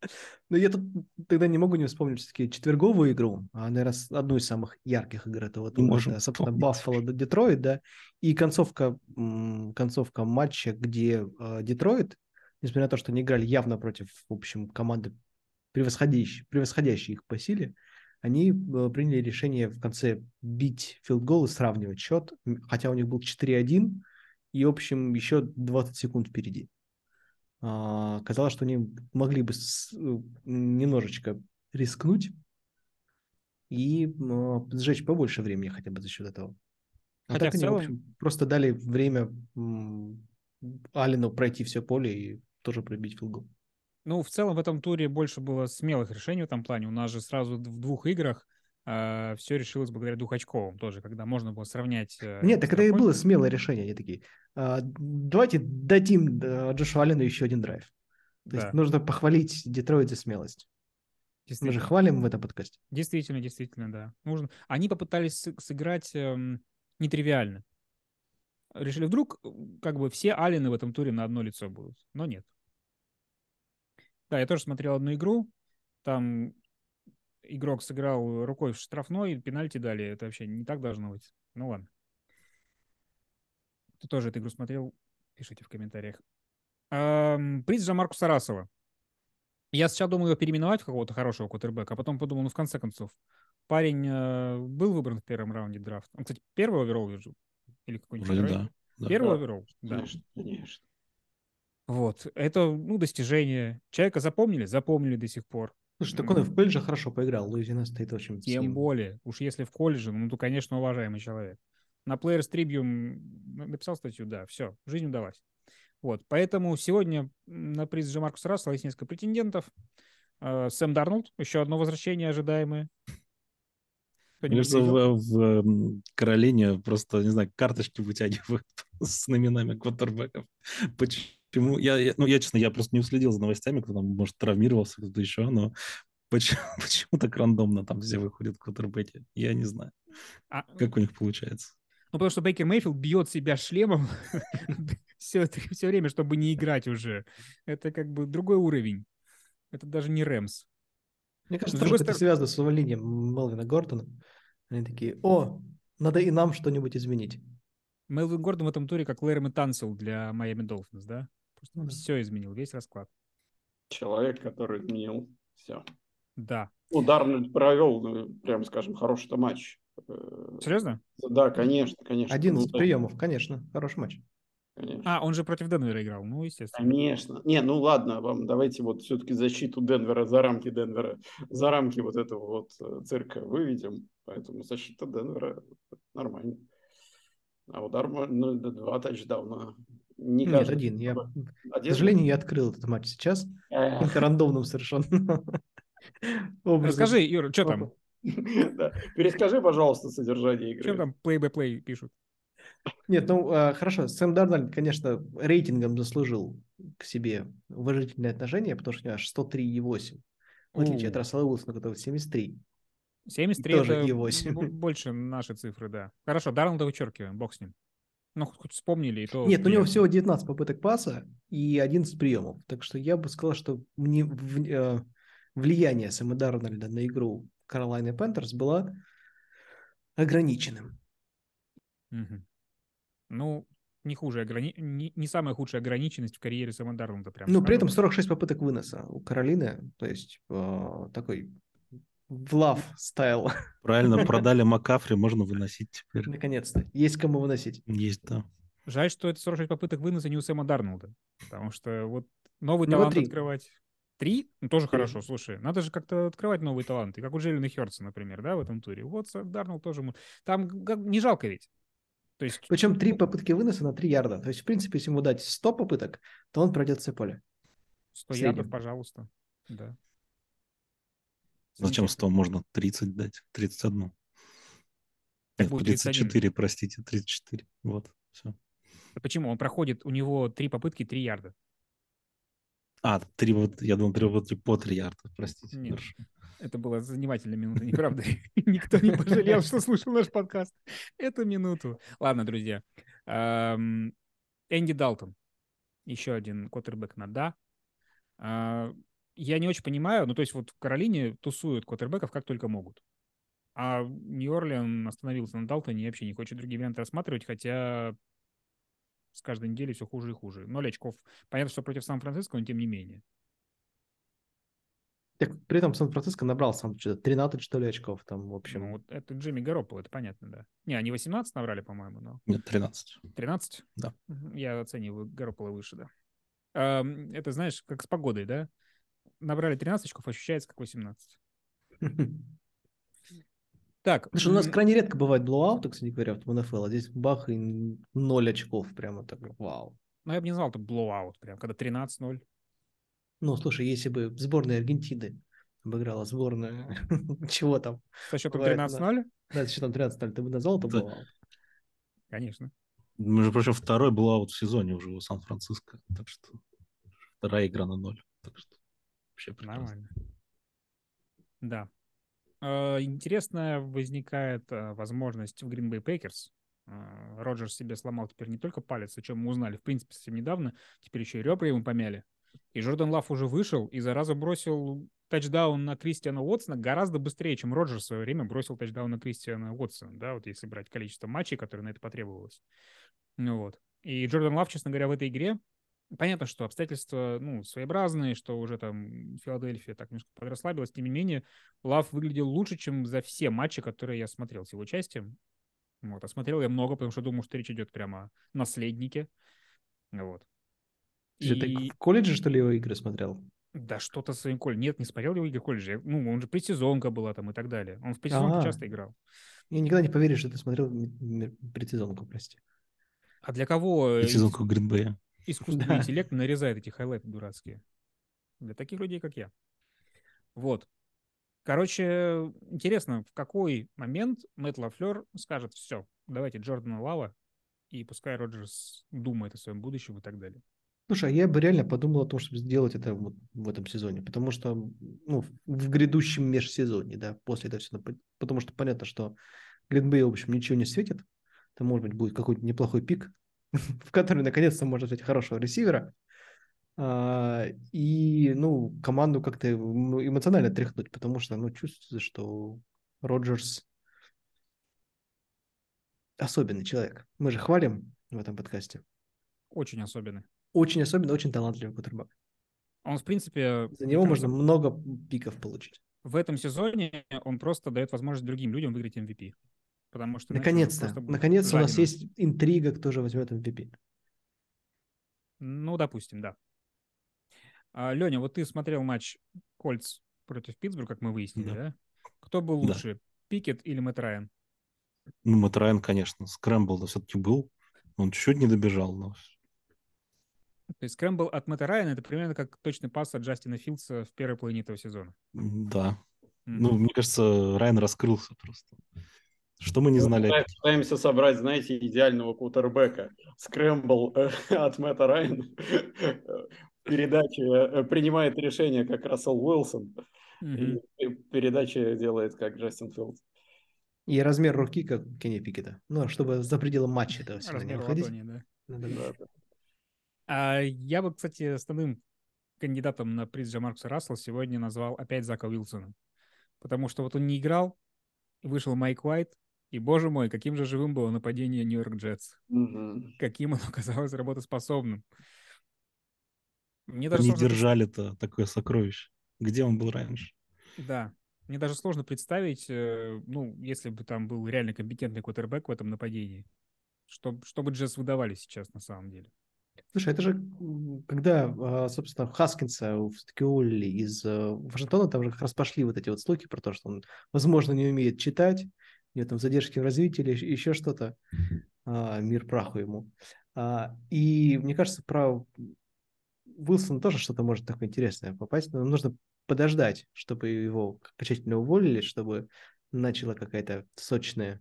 Но я тут тогда не могу не вспомнить все-таки четверговую игру, а, наверное, одну из самых ярких игр этого Не тура. можем Это, собственно, вспомнить. Баффало до Детройт, да, и концовка, м, концовка матча, где э, Детройт, несмотря на то, что они играли явно против, в общем, команды, превосходящей, превосходящей их по силе, они э, приняли решение в конце бить филд-гол и сравнивать счет, м, хотя у них был четыре один, и, в общем, еще двадцать секунд впереди. А, казалось, что они могли бы с- э, немножечко рискнуть и м, сжечь побольше времени хотя бы за счет этого. А Хотя так в они, в целом, общем, просто дали время м, Аллену пройти все поле и тоже пробить филгол. ну, в целом в этом туре больше было смелых решений в этом плане. У нас же сразу в двух играх все решилось благодаря двухочковым тоже, когда можно было сравнять э, Нет, так это и было экстрапоинты. смелое решение. Они такие, «А, давайте дадим э, Джошу Аллену еще один драйв. То есть Да, нужно похвалить Детройт за смелость. Мы же действительно. хвалим в этом подкасте. Действительно, действительно, да. Нужно. Они попытались сы- сыграть эм, нетривиально. Решили, вдруг э, как бы все Аллены в этом туре на одно лицо будут. Но нет. Да, я тоже смотрел одну игру. Там игрок сыграл рукой в штрафной, пенальти дали. Это вообще не так должно быть. Ну ладно. Кто тоже эту игру смотрел, пишите в комментариях. Эм, приз за Маркуса Рассела. Я сначала думал его переименовать в какого-то хорошего квотербека, а потом подумал, ну, в конце концов, парень э, был выбран в первом раунде драфта. Он, кстати, первый оверолл вижу. Или какой-нибудь Вроде второй. да. да. Первый Да, оверолл, да. конечно, конечно. Вот. Это, ну, достижение. Человека запомнили? Запомнили до сих пор. Слушай, так он и М, в колледже хорошо поиграл. Луизиана стоит, в общем, с Тем ним. более. Уж если в колледже, ну, то, конечно, уважаемый человек. На Players Tribune написал статью, да, все, жизнь удалась. Вот, поэтому сегодня на приз Джа Маркуса Рассела есть несколько претендентов. Э, Сэм Дарнолд, еще одно возвращение ожидаемое. Мне Кто-нибудь кажется, видел? в, в м, Каролине просто, не знаю, карточки вытягивают с номинами квотербеков. Почему? Я, я- ну, я, честно, я просто не уследил за новостями, кто там, может, травмировался, кто-то еще, но почему, почему так рандомно там все выходят квотербеки? Я не знаю, А, как у них получается. ну, потому что Бейкер Мейфилд бьет себя шлемом все, все время, чтобы не играть уже. Это как бы другой уровень. Это даже не Рэмс. Мне Но кажется, с тоже другой это стороны, связано с увольнением Мелвина Гордона. Они такие, о, надо и нам что-нибудь изменить. Мелвин Гордон в этом туре как Лэрэм Тансел для Майами Долфинс, да? Просто Ну да. все изменил, весь расклад. Человек, который изменил все. Да. Ну, Дарнольд провел, ну, прямо скажем, хороший-то матч. Э, Серьезно? Да, конечно, конечно. Ну, одиннадцать да, приемов, конечно, хороший матч. конечно. А, он же против Денвера играл, ну, естественно. Конечно. Не, ну ладно, вам давайте вот все-таки защиту Денвера за рамки Денвера, за рамки вот этого вот э, цирка выведем. Поэтому защита Денвера нормально. А удар ну, да, два тачдауна. Не Нет, кажется. один. Я, чтобы- к Один, да? сожалению, я открыл этот матч сейчас. Каким-то Эх. рандомным совершенно образом. Расскажи, Юра, что там? Да. Перескажи, пожалуйста, содержание Чем игры. там play-by-play пишут? Нет, ну а, хорошо, Сэм Дарнольд, конечно, рейтингом заслужил к себе уважительное отношение, потому что у него аж сто три и восемь. В отличие от У, Рассела Уилсона, который семьдесят три. И семьдесят три тоже это и б- восемь. больше наши цифры, да. Хорошо, Дарнолда вычеркиваем, бог с ним. Ну, хоть вспомнили, и то Нет, ну, у него приятно. всего девятнадцать попыток паса и одиннадцать приемов. Так что я бы сказал, что мне в- э, влияние Сэма Дарнольда на игру Каролайны Пантерс было ограниченным. Мгм. Ну, не хуже, ограни... не, не самая худшая ограниченность в карьере Сэма Дарнолда, прям Ну, при этом скажем. сорок шесть попыток выноса у Каролины, то есть э, такой Влав стайл. Правильно, продали Макафри, можно выносить теперь. Наконец-то. Есть кому выносить. Есть, да. Жаль, что это сорок шесть попыток выноса не у Сэма Дарнолда, потому что вот новый У него талант три. открывать. Три? Ну, тоже Три. хорошо, слушай. Надо же как-то открывать новые таланты, как у Джейлина Хёртса, например, да, в этом туре. Вот Сэм Дарнолд тоже... мо- Там как- не жалко ведь. То есть, Причем три ну, попытки выноса на три ярда. То есть, в принципе, если ему дать сто попыток, то он пройдет все поле. сто В ярдов, среднем. пожалуйста. Да. Зачем сто? Замечательно. Можно тридцать дать. тридцать один. Так Нет, будет тридцать тридцать один. четыре, простите, тридцать четыре. Вот, все. Да почему? Он проходит, у него три попытки, три ярда. А, три вот, я думал, три вот по три ярда, простите. Нет, Хорошо. это была занимательная минута, не правда? Никто не пожалел, что слушал наш подкаст. Эту минуту. Ладно, друзья. Эм, Энди Далтон. Еще один квотербек на «да». А, я не очень понимаю, ну, то есть вот в Каролине тусуют квотербеков как только могут. А Нью-Орлеан остановился на Далтоне и вообще не хочет другие варианты рассматривать, хотя с каждой неделей все хуже и хуже. Ноль очков. Понятно, что против Сан-Франциско, но тем не менее. Так, при этом Сан-Франциско набрал сам что-то тринадцать, что ли, очков. Там, в общем... Ну, вот это Джимми Гарополо, это понятно, да. Не, они восемнадцать набрали, по-моему, но... Нет, тринадцать. тринадцать? Да. Я оцениваю Гарополо выше, да. А, это, знаешь, как с погодой, да? Набрали тринадцать очков, ощущается как восемнадцать. Так. Потому что у нас крайне редко бывает блоуауты, кстати говоря, в эн эф эл, а здесь бах и ноль очков, прямо так, вау. Ну, я бы не назвал это блоуаут, прям, когда тринадцать ноль. Ну, слушай, если бы сборная Аргентины обыграла сборную, чего там? Со счетом бывает тринадцать на- ноль? Да, с счетом тринадцать ноль, ты бы назвал это Это- блоуаут? Между Конечно. прочим, второй блоуаут в сезоне уже у Сан-Франциско. Так что вторая игра на ноль. Так что вообще прекрасно. Нормально. Да. Э, Интересная возникает э, возможность в Green Bay Packers. Э, Роджерс себе сломал теперь не только палец, о чем мы узнали, в принципе, совсем недавно, теперь еще и ребра ему помяли. И Джордан Лав уже вышел и зараза бросил тачдаун на Кристиана Уотсона гораздо быстрее, чем Роджерс в свое время бросил тачдаун на Кристиана Уотсона, да, вот если брать количество матчей, которые на это потребовалось. Ну вот. И Джордан Лав, честно говоря, в этой игре, понятно, что обстоятельства, ну, своеобразные, что уже там Филадельфия так немножко подрасслабилась, тем не менее, Лав выглядел лучше, чем за все матчи, которые я смотрел с его участием. Вот, а смотрел я много, потому что думал, что речь идет прямо о наследнике. Вот. Ты так И в колледже, что ли, его игры смотрел? да что-то своим колледж. Нет, не смотрел его игры в колледже. Ну, он же предсезонка была там и так далее. Он в предсезонке А, часто играл. я никогда не поверю, что ты смотрел м- м- предсезонку, прости. А для кого э, ис- Предсезонку Гринбея. искусственный Да. интеллект нарезает эти хайлайты дурацкие? Для таких людей, как я. Вот. Короче, интересно, в какой момент Мэтт Лафлер скажет: все, давайте Джордана Лава, и пускай Роджерс думает о своем будущем и так далее. Слушай, а я бы реально подумал о том, чтобы сделать это вот в этом сезоне, потому что, ну, в грядущем межсезонье, да, после этого всего, потому что понятно, что Грин-Бэй, в общем, ничего не светит, это, может быть, будет какой-то неплохой пик, в который, наконец-то, можно взять хорошего ресивера, а, и, ну, команду как-то ну, эмоционально тряхнуть, потому что, ну, чувствуется, что Роджерс особенный человек. Мы же хвалим в этом подкасте. Очень особенный. Очень особенный, очень талантливый квотербек. Он, в принципе, За мне него можно кажется, много пиков получить. в этом сезоне он просто дает возможность другим людям выиграть эм ви пи. Потому что, знаешь, уже Наконец-то, просто будет наконец-то у нас завидно. есть интрига, кто же возьмет эм ви пи. Ну, допустим, да. А, Леня, вот ты смотрел матч Кольц против Питтсбурга, как мы выяснили, Да. да? Кто был Да. лучше, Пикет или Мэтт Райан? Ну, Мэтт Райан, конечно, скрэмбл все-таки был. Он чуть-чуть не добежал, но То есть скрэмбл от Мэтта Райана — это примерно как точный пас от Джастина Филдса в первой половине этого сезона. да. Мгм. Ну, мне кажется, Райан раскрылся просто. Что мы не Мы знали о пытаемся- Пикете? Пытаемся собрать, знаете, идеального кутербека. Скрэмбл э, от Мэтта Райана. В передаче э, принимает решение, как Рассел Уилсон. Мгм. И передача делает, как Джастин Филдс. И размер руки, как у Кенни Пикета. Ну, чтобы за пределы матча этого сильно не Размер выходить. ладони, да. Надо бы- Да, да. А я бы, кстати, основным кандидатом на приз Джамаркуса Рассела сегодня назвал опять Зака Уилсона. Потому что вот он не играл, вышел Майк Уайт, и, боже мой, каким же живым было нападение Нью-Йорк Джетс. Мгм. Каким оно оказалось работоспособным. Мне даже Они сложно представить. держали-то такое сокровище. Где он был раньше? Да. Мне даже сложно представить, э, ну, если бы там был реально компетентный квотербек в этом нападении, что, что бы Джетс выдавали сейчас на самом деле. Слушай, это же м, когда, а, собственно, Хаскинса все-таки уволили из э, Вашингтона, там же как раз пошли вот эти вот слухи про то, что он, возможно, не умеет читать, у него там задержки в развитии или еще- еще что-то. А, мир праху ему. А, и мне кажется, про Уилсона тоже что-то может такое интересное попасть, но нужно подождать, чтобы его окончательно уволили, чтобы начала какая-то сочная,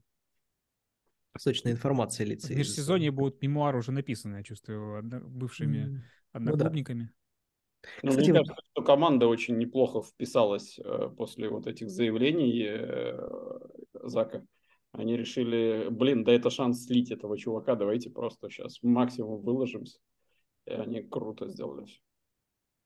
сочная информация В литься из... э, межсезонье будут мемуары уже написаны, я чувствую, одно- бывшими м, Ну да. одноклубниками. Ну, Кстати, мне кажется, что команда очень неплохо вписалась э, после вот этих заявлений э, Зака. Они решили, блин, да это шанс слить этого чувака, давайте просто сейчас максимум выложимся. И они круто сделали все.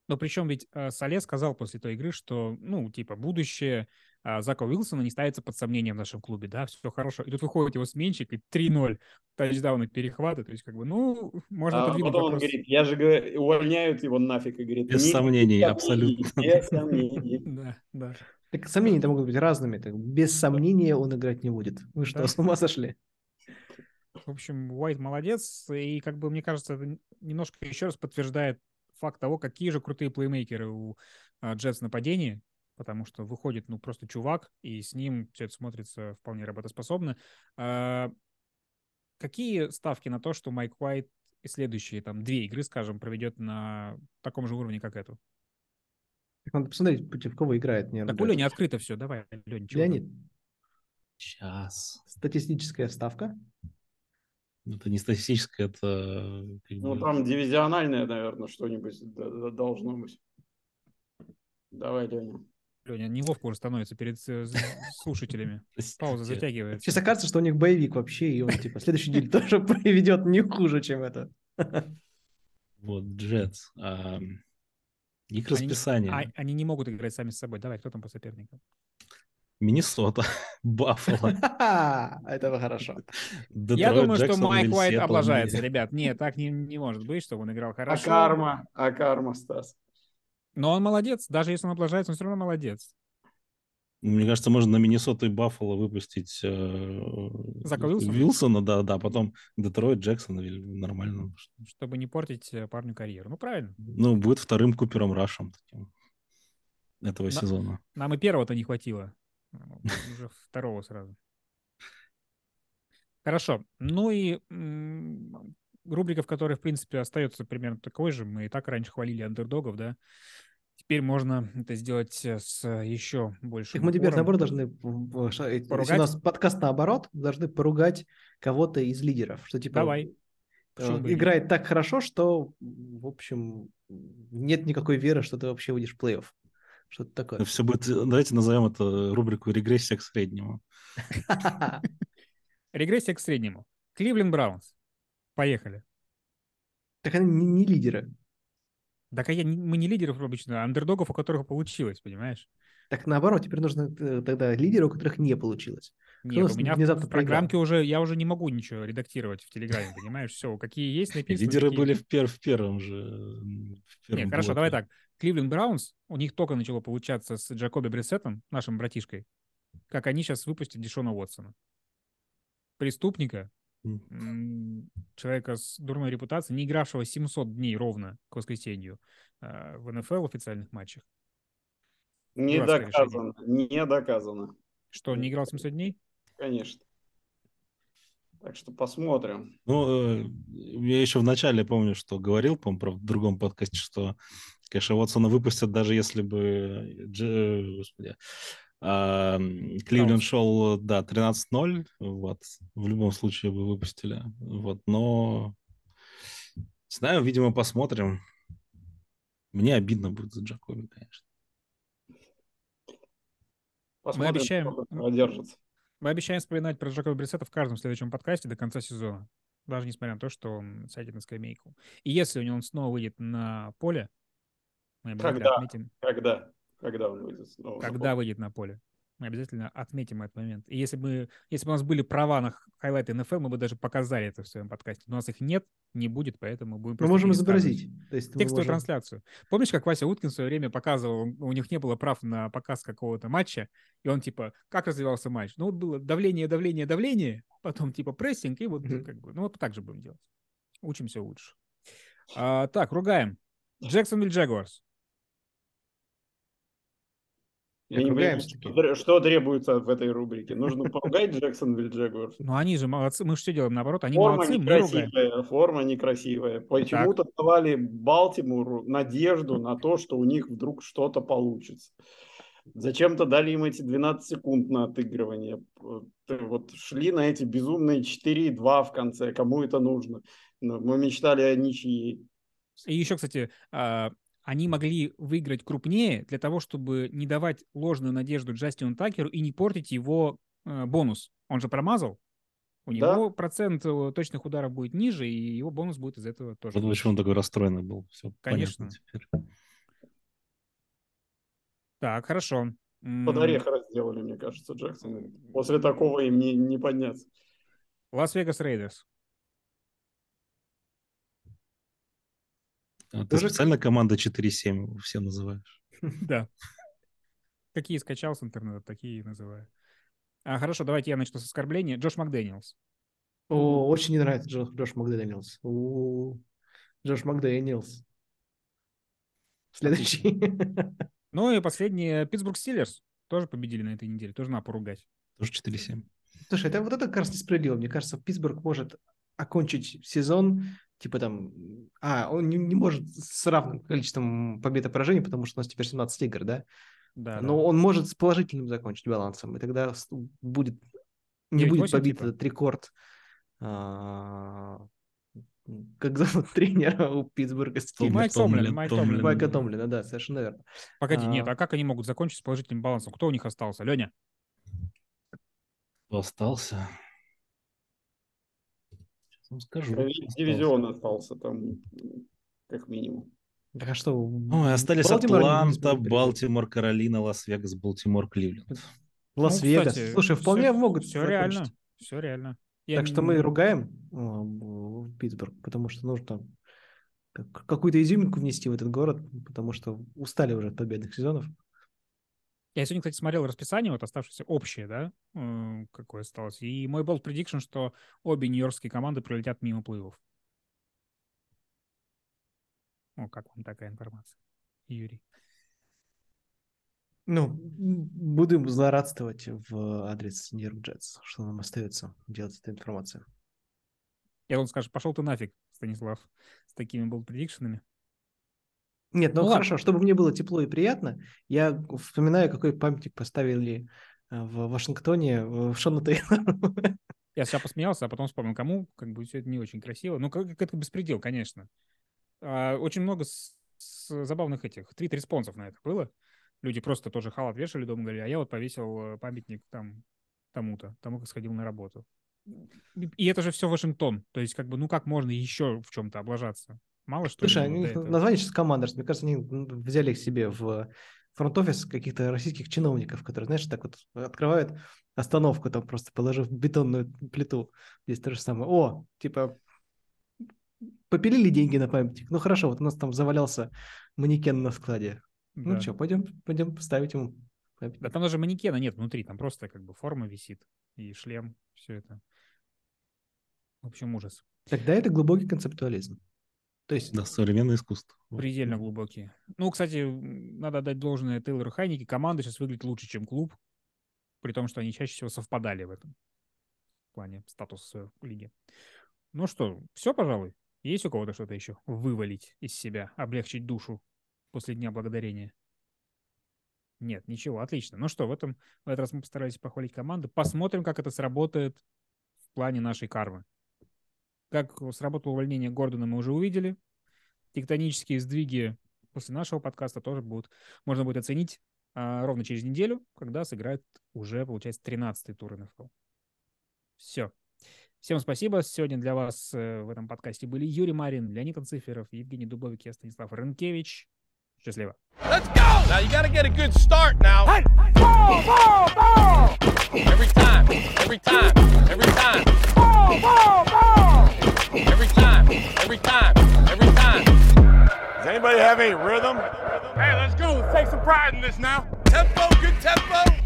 Но причем ведь э, Соле сказал после той игры, что, ну, типа, будущее э, Зака Уилсона не ставится под сомнение в нашем клубе, да, все хорошо. И тут выходит его сменщик, и три ноль тачдауны перехваты, то есть, как бы, ну, можно А отодвинуть потом он вопрос. говорит, я же говорю, увольняют его нафиг, и говорит, Без «Не- сомнений, без абсолютно. без сомнений. Да, да. Так сомнения-то могут быть разными. Так, без сомнения он играть не будет. Вы что, Да. с ума сошли? В общем, Уайт молодец, и, как бы, мне кажется, это немножко еще раз подтверждает факт того, какие же крутые плеймейкеры у а, Джетс в нападении, потому что выходит, ну, просто чувак, и с ним все это смотрится вполне работоспособно. А, какие ставки на то, что Майк Уайт и следующие, там, две игры, скажем, проведет на таком же уровне, как эту? Так надо посмотреть, против кого играет. Не Так у Лени открыто все, давай, Лень, чего там? Леонид, Сейчас. статистическая ставка. Это не статистическое, это как Ну, бы, там дивизиональное, наверное, что-нибудь д- д- должно быть. Давай, Леня. Леня, неловко уже становится перед э, з- слушателями. Пауза простите. затягивается. Сейчас окажется, что у них боевик вообще, и он типа следующий день тоже проведет не хуже, чем это. Вот, Джетс. А, их Они, расписание. а- они не могут играть сами с собой. Давай, кто там по соперникам? Миннесота, Баффало, Этого хорошо. Я Детройт, думаю, что Майк Джексонвилл, Уайт Сиэтл, облажается, Ми- ребят. Нет, так не, не может быть, чтобы он играл А хорошо. карма? А карма, Стас? Но он молодец. Даже если он облажается, он все равно молодец. Мне кажется, можно на Миннесоту и Баффало выпустить э, Зака Уилсона? Вилсона, да, да, потом Детройт, Джексонвилл, нормально. Чтобы не портить э, парню карьеру. Ну, правильно. Ну, будет вторым Купером Рашем таким этого На- сезона. Нам и первого-то не хватило. Ну, уже второго сразу. Хорошо. Ну и м, рубрика, в которой, в принципе, остается примерно такой же. Мы и так раньше хвалили андердогов, да? Теперь можно это сделать э, с еще большим Так мы теперь, упором. наоборот, должны, в- в- ша- если у Поругать? нас подкаст наоборот, должны поругать кого-то из лидеров, что типа Давай. э, Почему бы и нет? играет так хорошо, что, в общем, нет никакой веры, что ты вообще выйдешь в плей-офф. Что-то такое. Все будет, давайте назовем это рубрику «Регрессия к среднему». Регрессия к среднему. Кливленд Браунс. Поехали. Так они не, не лидеры. Так а я, не- мы не лидеров обычно, а андердогов, у которых получилось, понимаешь? Так наоборот, теперь нужно э, тогда лидеры, у которых не получилось. Кто Нет, нас у меня в- внезапно в программке проиграл? уже, я уже не могу ничего редактировать в Телеграме, понимаешь? Все, какие есть написаны. Лидеры такие- были в, пер- в первом же. В первом Нет, хорошо, блоке. давай так. Кливленд Браунс, у них только начало получаться с Джакоби Брисеттом, нашим братишкой, как они сейчас выпустят Дишона Уотсона. Преступника, М. м, человека с дурной репутацией, не игравшего семьсот дней ровно к воскресенью э, в эн эф эл в официальных матчах. Не Дурацкое доказано. Не доказано. Что, не играл семьсот дней? Конечно. Так что посмотрим. Ну, э, я еще в начале помню, что говорил, по-моему, про- в другом подкасте, что, конечно, Уотсона выпустят, даже если бы Дж- господи, а, Кливленд Браунс. шел, да, тринадцать ноль, вот, в любом случае бы выпустили, вот, но, не знаю, видимо, посмотрим. Мне обидно будет за Джакоби, конечно. Посмотрим, обещаем- сколько продержится. Мы обещаем вспоминать про Джакоби Брисета в каждом следующем подкасте до конца сезона. Даже несмотря на то, что он сядет на скамейку. И если у него он снова выйдет на поле, мы обязательно Когда? отметим, Когда? Когда он выйдет снова? на когда поле? выйдет на поле. Мы обязательно отметим этот момент. И если бы, если бы у нас были права на хайлайты эн эф эл, мы бы даже показали это в своем подкасте. Но у нас их нет, не будет, поэтому будем Мы просто можем пересказывать. изобразить. То есть мы Текстовую можем- трансляцию. Помнишь, как Вася Уткин в свое время показывал, у них не было прав на показ какого-то матча, и он типа, как развивался матч? Ну вот было давление, давление, давление, потом типа прессинг, и вот Мгм. как бы, ну вот так же будем делать. Учимся лучше. А, так, ругаем. Джексонвилл Джагуарс. Я не понимаю, Ругаемся-таки. что, что требуется в этой рубрике. Нужно поругать Джексонвилл Джагуарс. Ну они же молодцы, мы же все делаем наоборот, они Форма молодцы, мы ругаем. некрасивая, форма некрасивая. Почему-то давали Балтимору надежду на то, что у них вдруг что-то получится. Зачем-то дали им эти двенадцать секунд на отыгрывание. Вот шли на эти безумные четыре два в конце. Кому это нужно? Ну, мы мечтали о ничьей. И еще, кстати, а, они могли выиграть крупнее для того, чтобы не давать ложную надежду Джастину Такеру и не портить его э, бонус. Он же промазал. У Да. него процент э, точных ударов будет ниже, и его бонус будет из этого тоже. Вот почему он такой расстроенный был. Все Конечно. понятно теперь. Так, хорошо. Под орех разделали, мне кажется, Джексон. После такого им не, не подняться. Лас-Вегас Рейдерс. А ты специально команда четыре семь все называешь? Да. Какие скачал с интернета, такие и называю. А, хорошо, давайте я начну с оскорбления. Джош Макдэниелс. О, очень не нравится Джош, Джош Макдэниелс. О, Джош Макдэниелс. Следующий. Ну и последний. Питтсбург Стиллерс. Тоже победили на этой неделе. Тоже надо поругать. Тоже четыре семь. Слушай, это вот это, кажется, несправедливо. Мне кажется, Питтсбург может окончить сезон, типа там... А, он не, не может с равным количеством побед и поражений, потому что у нас теперь семнадцать игр, да? Да, Но да. он может с положительным закончить балансом, и тогда будет, не будет побит типа? этот рекорд. А, как зовут тренера у Питтсбурга Стиллерс? Майк Томлин. Майк Томлин. Майка Томлина, да, совершенно верно. Погоди, А, нет, а как они могут закончить с положительным балансом? Кто у них остался? Леня? Кто остался? Сейчас вам скажу. Дивизион остался там, как минимум. Так а что? Ой, остались Балтимор не- не Атланта, сможет перейти. Балтимор, Каролина, Лас-Вегас, Балтимор, Кливленд. Лас-Вегас. Ну, кстати, Слушай, вполне все, могут Все закончить. реально. Все реально. Я Так что не- мы ругаем а, Питтсбург, потому что нужно как- какую-то изюминку внести в этот город, потому что устали уже от победных сезонов. Я сегодня, кстати, смотрел расписание, вот оставшееся общее, да, э, какое осталось. И мой болт предикшн, что обе нью-йоркские команды пролетят мимо плей-офф. О, как вам такая информация, Юрий? Ну, будем злорадствовать в адрес Нью-Йорк Джетс. Что нам остается делать с этой информацией? Я он скажет, пошел ты нафиг, Станислав, с такими болт-предикшенами. Нет, ну, Ну, хорошо, ладно. чтобы мне было тепло и приятно, я вспоминаю, какой памятник поставили э, в Вашингтоне в Шону Тейлору. Я сейчас посмеялся, а потом вспомнил, кому, как бы все это не очень красиво. Ну, как, как это беспредел, конечно. А, очень много с, с забавных этих твит-респонсов на это было. Люди просто тоже халат вешали дома, говорили, а я вот повесил э, памятник там тому-то, тому, как сходил на работу. И, и это же все Вашингтон. То есть, как бы, ну как можно еще в чем-то облажаться? Мало что ли Слушай, было они, до этого? название сейчас Commanders. Мне кажется, они взяли их себе в фронт-офис каких-то российских чиновников, которые, знаешь, так вот открывают остановку, там просто положив бетонную плиту. Здесь то же самое. О, типа, попилили деньги на памятник. Ну хорошо, вот у нас там завалялся манекен на складе. Ну Да. что, пойдем, пойдем ставить ему памятник. Да там даже манекена нет внутри, там просто как бы форма висит и шлем, все это. В общем, ужас. Тогда это глубокий концептуализм. То есть, Да, современное искусство. Вот. Предельно глубокие. Ну, кстати, надо отдать должное Тейлору Хайнике. Команда сейчас выглядит лучше, чем клуб, при том, что они чаще всего совпадали в этом плане статуса своей лиги. Ну что, все, пожалуй? Есть у кого-то что-то еще вывалить из себя, облегчить душу после Дня Благодарения? Нет, ничего, отлично. Ну что, в, этом, в этот раз мы постарались похвалить команду. Посмотрим, как это сработает в плане нашей кармы. Как сработало увольнение Гордона, мы уже увидели. Тектонические сдвиги после нашего подкаста тоже будут, можно будет оценить а, ровно через неделю, когда сыграет уже, получается, тринадцатый тур эн эф эл. Все. Всем спасибо. Сегодня для вас э, в этом подкасте были Юрий Марин, Леонид Анциферов, Евгений Дубовик, я Станислав Рынкевич. Счастливо. Let's go! Now you gotta get a good start now. Hey, ball, ball, ball! Every time, every time, every time. Ball, ball, ball! Every time, every time, every time. Does anybody have any rhythm? Hey, let's go. Let's take some pride in this now. Tempo, good tempo.